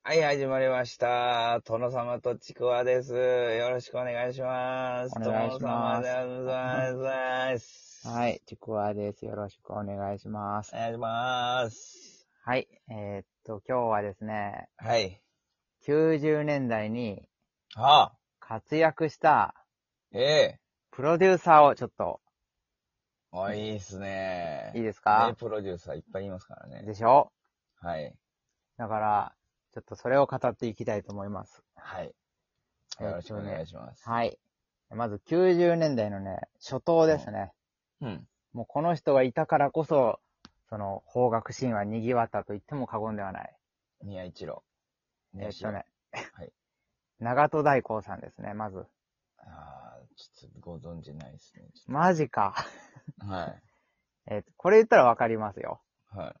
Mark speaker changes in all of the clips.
Speaker 1: はい、始まりました。殿様とちくわです。よろしくお願いします。
Speaker 2: お願いします。
Speaker 1: 殿様でございます。
Speaker 2: はい、ちくわです。よろしくお願いします。
Speaker 1: お願いします。
Speaker 2: はい、今日はですね、
Speaker 1: はい。
Speaker 2: 90年代に
Speaker 1: はあ。
Speaker 2: 活躍した
Speaker 1: ええ。
Speaker 2: プロデューサーをちょっと、
Speaker 1: あ、いいっすね。
Speaker 2: いいです
Speaker 1: 名
Speaker 2: か？
Speaker 1: プロデューサーいっぱいいますからね。
Speaker 2: でしょ？
Speaker 1: はい。
Speaker 2: だから、ちょっとそれを語っていきたいと思います。
Speaker 1: はい。よろしくお願いします。
Speaker 2: はい。まず90年代のね、初頭ですね。
Speaker 1: うん。
Speaker 2: もうこの人がいたからこそ、その邦楽シーンは賑わったと言っても過言ではない。
Speaker 1: 宮一郎。宮代。
Speaker 2: ね、
Speaker 1: はい。
Speaker 2: 長戸大光さんですね、まず。
Speaker 1: ああ、ちょっとご存知ないですね。
Speaker 2: マジか。
Speaker 1: はい。
Speaker 2: これ言ったらわかりますよ。
Speaker 1: はい。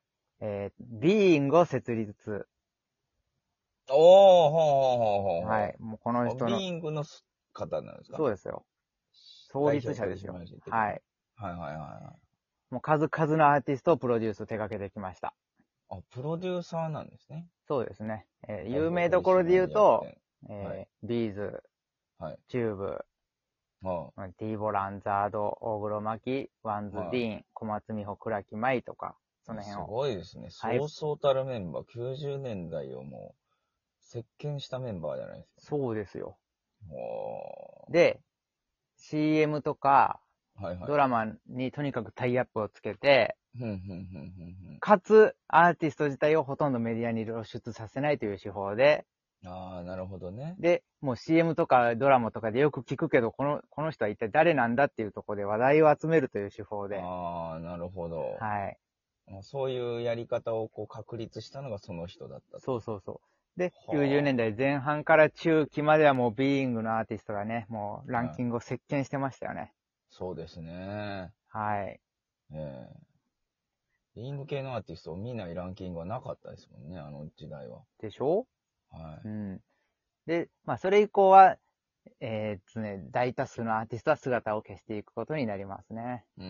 Speaker 2: ビーイングを設立。
Speaker 1: おー、ほうほうほうほうほ
Speaker 2: はい。もうこの
Speaker 1: う。
Speaker 2: 人の、
Speaker 1: ビーイングの方なんですか？
Speaker 2: そうですよ。創
Speaker 1: 代
Speaker 2: 立者ですよ。
Speaker 1: 表取締役的な。
Speaker 2: はい。
Speaker 1: はいはいはいはい。
Speaker 2: もう数々のアーティストをプロデュース手掛けてきました。
Speaker 1: あ、プロデューサーなんですね。
Speaker 2: そうですね。
Speaker 1: 代
Speaker 2: 有名ど
Speaker 1: 表取締
Speaker 2: ころで言うと、
Speaker 1: 役はい。
Speaker 2: ビーズ、
Speaker 1: はい。
Speaker 2: チューブ、
Speaker 1: は
Speaker 2: ティーボランザード、大黒摩季、ワン
Speaker 1: い。
Speaker 2: ズ・デ
Speaker 1: は
Speaker 2: ィーン、小松美穂、倉木舞とか、そ
Speaker 1: い。す
Speaker 2: の辺を。
Speaker 1: ごいですね。
Speaker 2: はい。
Speaker 1: そうそうたるメンバー、90年代をもう、席巻したメンバーじゃないですか。
Speaker 2: そうですよ。
Speaker 1: お
Speaker 2: で、CM とか、
Speaker 1: ー。はいはい。
Speaker 2: ドラマにとにかくタイアップをつけて、
Speaker 1: ふんふんふんふんふん。
Speaker 2: かつ、アーティスト自体をほとんどメディアに露出させないという手法で、
Speaker 1: ああ、なるほどね。
Speaker 2: で、もう CM とかドラマとかでよく聞くけど、この人は一体誰なんだっていうところで話題を集めるという手法で、
Speaker 1: ああ、なるほど。
Speaker 2: はい。
Speaker 1: そういうやり方をこう確立したのがその人だったと。
Speaker 2: そうそうそう。で、90年
Speaker 1: は
Speaker 2: 代前半から中期まではもうビーイングのアーティストがね、もう
Speaker 1: あ。
Speaker 2: ラン
Speaker 1: はい。
Speaker 2: キングを席巻してましたよね。
Speaker 1: そうですね。
Speaker 2: はい。
Speaker 1: ええビーイング系のアーティストを見ないランキングはなかったですもんね、あの時代は。
Speaker 2: でしょ？
Speaker 1: はい。
Speaker 2: うん。で、まあ、それ以降は、大多数のアーティストは姿を消していくことになりますね。
Speaker 1: うん、うん、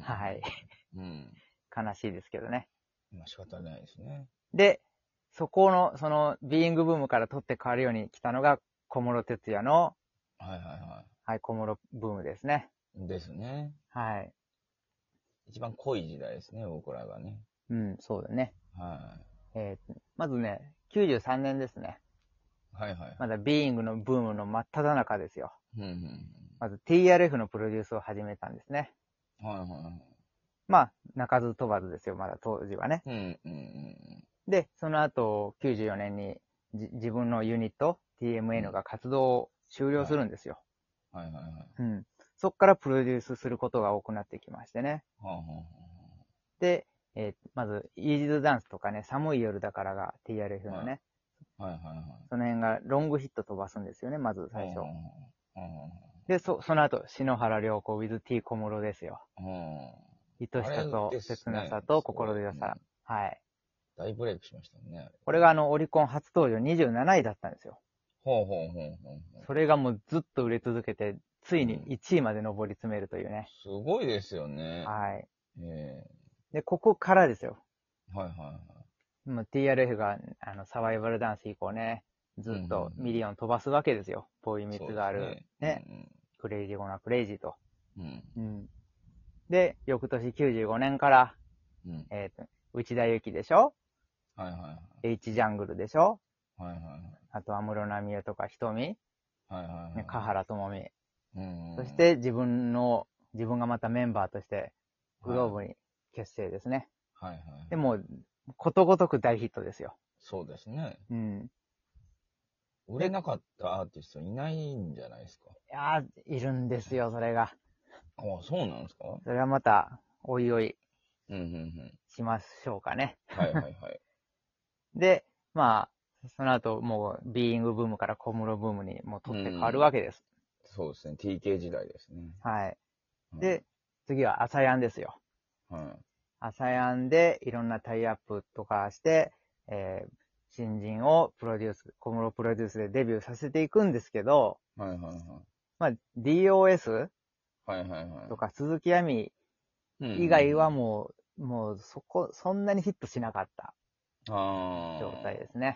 Speaker 2: はい。
Speaker 1: うん、うん。うん。
Speaker 2: 悲しいですけどね。
Speaker 1: まあ仕方ないですね。
Speaker 2: で、そこの、その、ビーイングブームから取って変わるように来たのが、小室哲哉の、
Speaker 1: はいはいは
Speaker 2: はい、小室ブームですね。
Speaker 1: い。ですね。
Speaker 2: はい。
Speaker 1: 一番濃い時代ですね、僕らがね。
Speaker 2: うん、そうだね。
Speaker 1: は
Speaker 2: まずね、93年ですね。
Speaker 1: い。はいはいはい。
Speaker 2: まだビーイングのブームの真っ只中ですよ。
Speaker 1: うん、うん。
Speaker 2: まず TRF のプロデュースを始めたんですね。
Speaker 1: はいはいはい。
Speaker 2: まあ、鳴かず飛ばずですよ、まだ当時はね。
Speaker 1: うん、うん、
Speaker 2: で、その後、94年に自分のユニット、TMN が活動を終了するんですよ。
Speaker 1: はいはいはい。
Speaker 2: うん。そこからプロデュースすることが多くなってきましてね。
Speaker 1: はあはあは
Speaker 2: で、まず、イージーダンスとかね、寒い夜だからが TRF
Speaker 1: あ。
Speaker 2: のね、
Speaker 1: はいはいはいはい。
Speaker 2: その辺がロングヒット飛ばすんですよね、まず最初。
Speaker 1: はあはあはあ。
Speaker 2: で、その後、篠原涼子 with T 小室ですよ。
Speaker 1: はあ。
Speaker 2: 愛しさ
Speaker 1: あれ
Speaker 2: と
Speaker 1: ですね。
Speaker 2: 切なさと
Speaker 1: すごい。
Speaker 2: 心強さ。はい。
Speaker 1: 大ブレイクしましたね。
Speaker 2: これがオリコン初登場27位だったんですよ。
Speaker 1: ほうほうほうほうほう。
Speaker 2: それがもうずっと売れ続けて、ついに
Speaker 1: うん
Speaker 2: 1位まで上り詰めるというね。
Speaker 1: すごいですよね。
Speaker 2: はい。
Speaker 1: え
Speaker 2: で、ここからですよ。
Speaker 1: はいはいはい。
Speaker 2: もう TRF が、サバイバルダンス以降ね、
Speaker 1: うんうんう
Speaker 2: ずっとミ
Speaker 1: ん。
Speaker 2: リオン飛ばすわけですよ。ボーイミ
Speaker 1: そう
Speaker 2: ツがある、
Speaker 1: ですね。
Speaker 2: ね、クレイジーゴナクレイジーと。
Speaker 1: うんうん。
Speaker 2: うん。で、翌年95年から、
Speaker 1: うん。うん。
Speaker 2: 内田有紀でしょ？
Speaker 1: はいはいはい。
Speaker 2: H ジャングルでしょ？
Speaker 1: はいはいはい。
Speaker 2: あと、安室奈美恵とか瞳、
Speaker 1: はいはいはい。
Speaker 2: ね、香原朋美。
Speaker 1: うんうん。
Speaker 2: そして自分がまたメンバーとして、グローブ
Speaker 1: はい
Speaker 2: に結成ですね。
Speaker 1: はいはい。
Speaker 2: でも、ことごとく大ヒットですよ。
Speaker 1: そうですね。
Speaker 2: うん。
Speaker 1: 売れなかったアーティストいないんじゃないですか。
Speaker 2: いやー、いるんですよ、それが。
Speaker 1: ああ、そうなんですか？
Speaker 2: それはまた、おいおい
Speaker 1: うんうんうん。
Speaker 2: しましょうかね。
Speaker 1: はいはいはい。
Speaker 2: で、まあ、その後、もう、ビーイングブームから小室ブームにもう
Speaker 1: う
Speaker 2: 取って変わる
Speaker 1: ん。
Speaker 2: わけです。
Speaker 1: そうですね。TK 時代ですね。
Speaker 2: はい。
Speaker 1: うん
Speaker 2: で、次はアサヤンですよ。
Speaker 1: はい。
Speaker 2: アサヤンでいろんなタイアップとかして、新人をプロデュース、小室プロデュースでデビューさせていくんですけど、
Speaker 1: はいはいはい。
Speaker 2: まあ、DOS
Speaker 1: はいはいはい。
Speaker 2: とか鈴木亜美以外はもうそんなにヒットしなかった
Speaker 1: あ
Speaker 2: 状態ですね。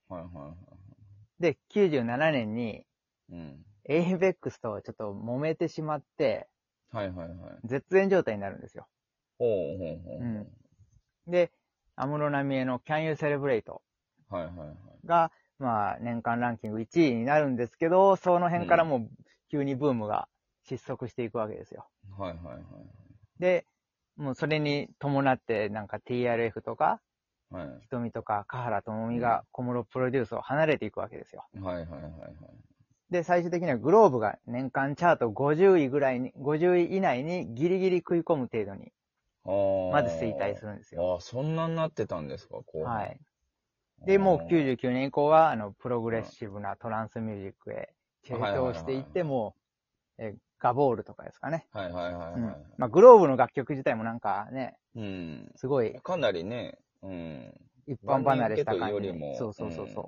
Speaker 1: はいはいはい。
Speaker 2: で、97年に
Speaker 1: うん。
Speaker 2: ABEX とちょっと揉めてしまって、
Speaker 1: はいはいはい。
Speaker 2: 絶縁状態になるんですよ。
Speaker 1: ほうほうほ
Speaker 2: うん。
Speaker 1: うほ
Speaker 2: で、安室奈美恵の Can You Celebrate
Speaker 1: う。はいはいはい。
Speaker 2: が、まあ、年間ランキング1位になるんですけど、その辺からもう急にブームが失速していくわけですよ。
Speaker 1: はいはいはい。
Speaker 2: で、もうそれに伴ってなんか TRF とか、
Speaker 1: はい。
Speaker 2: 瞳とか、香原朋美が小室プロデュースを離れていくわけですよ。
Speaker 1: はいはいはいはい。
Speaker 2: で、最終的にはグローブが年間チャート50位ぐらいに、50位以内にギリギリ食い込む程度に、まず衰退するんですよ。
Speaker 1: ああ、そんなになってたんですか、後半。
Speaker 2: はい。で、もう
Speaker 1: あ
Speaker 2: 99年以降は、プログレッシブなトランスミュージックへ
Speaker 1: あ、
Speaker 2: 傾
Speaker 1: はいはい
Speaker 2: 倒していって、
Speaker 1: はい。
Speaker 2: もう、ガボールとかですかね。
Speaker 1: はいはいはい
Speaker 2: うん。
Speaker 1: はい。
Speaker 2: まあ、グローブの楽曲自体もなんかね、
Speaker 1: うん。
Speaker 2: すごい
Speaker 1: かなりね、うん。
Speaker 2: 一般
Speaker 1: 万人
Speaker 2: 離れした
Speaker 1: 受けという
Speaker 2: 感じに、
Speaker 1: よりも、
Speaker 2: そうそうそうそう、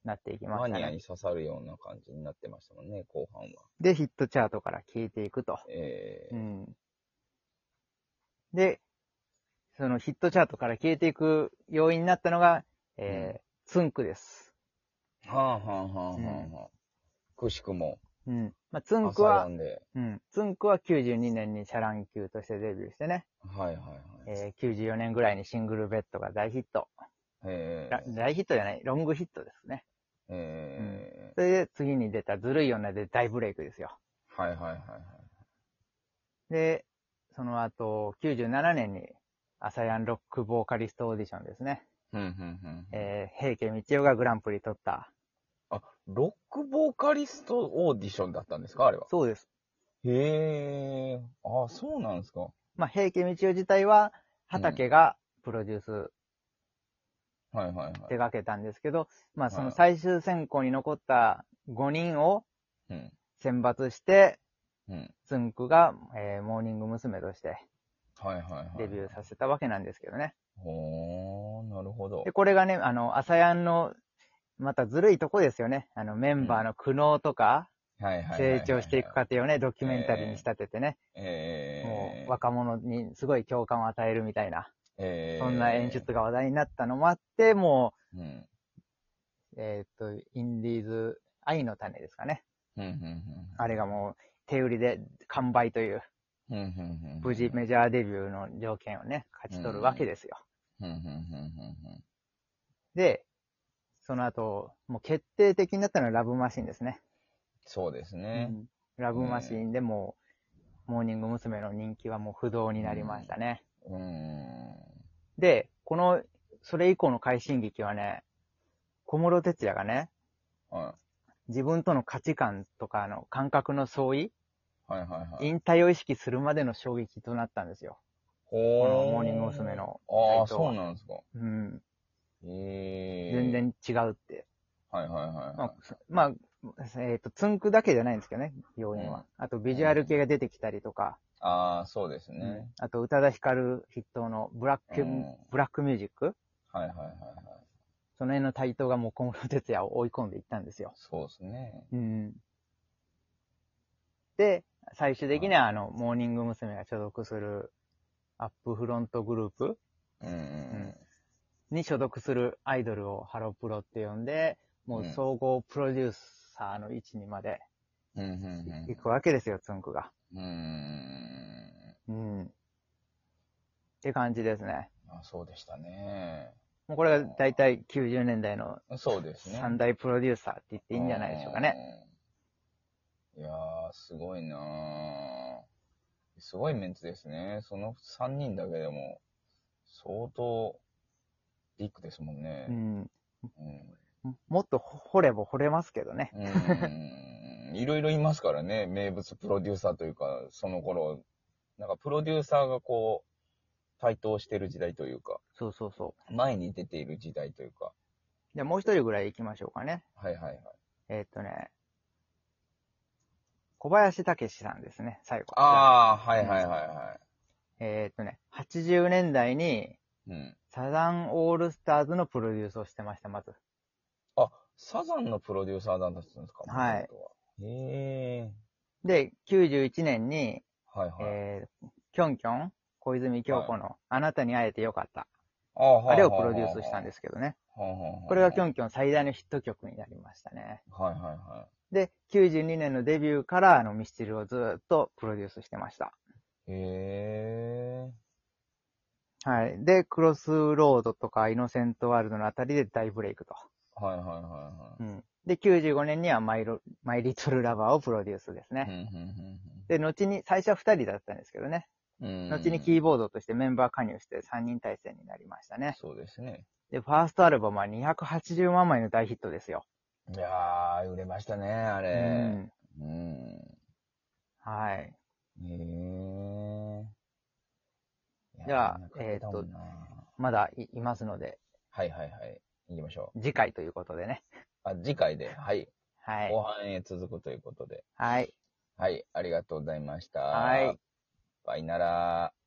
Speaker 2: なっていきましたね。
Speaker 1: マニアに刺さるような感じになってましたもんね、後半は。
Speaker 2: で、ヒットチャートから消えていくと。う
Speaker 1: え
Speaker 2: ん。で、そのヒットチャートから消えていく要因になったのが、つんくです。
Speaker 1: はあはあはあはあ
Speaker 2: うん
Speaker 1: はあ。くしくも、
Speaker 2: うん。まあ、つんく
Speaker 1: 朝や
Speaker 2: は、
Speaker 1: んで。
Speaker 2: つんくは92年にシャラン級としてデビューしてね、
Speaker 1: はいはいはい。
Speaker 2: 94年ぐらいにシングルベッドが大ヒット。大ヒットじゃない、ロングヒットですね。それで次に出たずるい女で大ブレイクですよ。
Speaker 1: はいはいはいはい。
Speaker 2: で、その後、97年にアサヤンロックボーカリストオーディションですね。平家道夫がグランプリ取った。
Speaker 1: あ、ロックボーカリストオーディションだったんですか、あれは。
Speaker 2: そうです。
Speaker 1: へえ。あ、そうなんですか。
Speaker 2: まあ、平家道夫自体は、畑がプロデュース
Speaker 1: はいはいはい。
Speaker 2: 手掛けたんですけど、まあ、その
Speaker 1: はい
Speaker 2: 最終選考に残った5人を
Speaker 1: うん。
Speaker 2: 選抜して、
Speaker 1: うん。
Speaker 2: つんくが、モーニング娘。として
Speaker 1: はいはいはい。
Speaker 2: デビューさせたわけなんですけどね。
Speaker 1: ほー、なるほど
Speaker 2: で、。これがね、アサヤンの、またずるいとこですよね。メンバーの苦悩とか、
Speaker 1: はいはいはいはいはい。
Speaker 2: 成長していく過程をね、ドキュメンタリーに仕立ててね、もう若者にすごい共感を与えるみたいな、そんな演出が話題になったのもあって、も
Speaker 1: うん。
Speaker 2: う、インディーズ、愛の種ですかね。
Speaker 1: うんうん
Speaker 2: あれがもう手売りで完売という、
Speaker 1: うん。うんうんうん。
Speaker 2: 無事メジャーデビューの条件をね、勝ち取るわけですよ。
Speaker 1: うんうんうんうん。
Speaker 2: で、その後、もう決定的になったのはラブマシンですね。
Speaker 1: そうですね。
Speaker 2: ラブマシンでもう、モーニング娘。の人気はもう不動になりましたね。で、それ以降の快進撃はね、小室哲哉がね、自分との価値観とかの感覚の相違、引退を意識するまでの衝撃となったんですよ。このモーニング娘。の台頭は。
Speaker 1: ああ、そうなんですか。
Speaker 2: 全然違うって。
Speaker 1: はいはいはい。
Speaker 2: まあ、つんくだけじゃないんですけどね、要因は。あと、ビジュアル系が出てきたりとか。
Speaker 1: ああ、そうですね。
Speaker 2: あと、宇多田ヒカル筆頭のブラックミュージック。
Speaker 1: はいはいはいはい。
Speaker 2: その辺の台頭がもう小室哲哉を追い込んでいったんですよ。
Speaker 1: そうですね。
Speaker 2: で、最終的にはモーニング娘。が所属するアップフロントグループに所属するアイドルをハロプロって呼んで、もう総合プロデューサーの位置にまで行くわけですよ、つんくが。って感じですね。
Speaker 1: あ、そうでしたね。
Speaker 2: もうこれが大体90年代の
Speaker 1: そうですね。
Speaker 2: 三大プロデューサーって言っていいんじゃないでしょうかね。
Speaker 1: いやー、すごいなー。すごいメンツですね。その3人だけでも、相当、ビッグですもんね。
Speaker 2: もっと掘れば掘れますけどね。
Speaker 1: いろいろいますからね。名物プロデューサーというか、その頃、なんかプロデューサーがこう、台頭してる時代というか。
Speaker 2: そうそうそう。
Speaker 1: 前に出ている時代というか。
Speaker 2: じゃあもう一人ぐらい行きましょうかね。
Speaker 1: はいはいはい。
Speaker 2: 小林武史さんですね、最後。
Speaker 1: ああ、はいはいはいはい。
Speaker 2: 80年代に、サザンオールスターズのプロデュースをしてました、まず。
Speaker 1: あ、サザンのプロデューサーだったんですか？
Speaker 2: はい。
Speaker 1: へえ。
Speaker 2: で、91年に、
Speaker 1: はいはい。
Speaker 2: キョン小泉京子の、あなたに会えてよかった。
Speaker 1: あ
Speaker 2: れをプロデュースしたんですけどね。 これがキョンキョン最大のヒット曲になりましたね。
Speaker 1: はいはいは
Speaker 2: い。で、92年のデビューからミスチルをずっとプロデュースしてました。
Speaker 1: へ
Speaker 2: はい。で、クロスロードとかイノセントワールドのあたりで大ブレイクと。
Speaker 1: はいはいはいはい。
Speaker 2: うん。で、95年にはマイリトルラバーをプロデュースですね。で、後に、最初は2人だったんですけどね。後にキーボードとしてメンバー加入して3人体制になりましたね。
Speaker 1: そうですね。
Speaker 2: で、ファーストアルバムは280万枚の大ヒットですよ。
Speaker 1: いやー、売れましたね、あれ。
Speaker 2: はい。
Speaker 1: で
Speaker 2: では、まだいますので。
Speaker 1: はいはいはい。行きましょ
Speaker 2: う。次回ということでね。
Speaker 1: 次回で、はい。
Speaker 2: はい。
Speaker 1: 後半へ続くということで。
Speaker 2: はい。
Speaker 1: はい、ありがとうございました。
Speaker 2: はい。
Speaker 1: バイなら。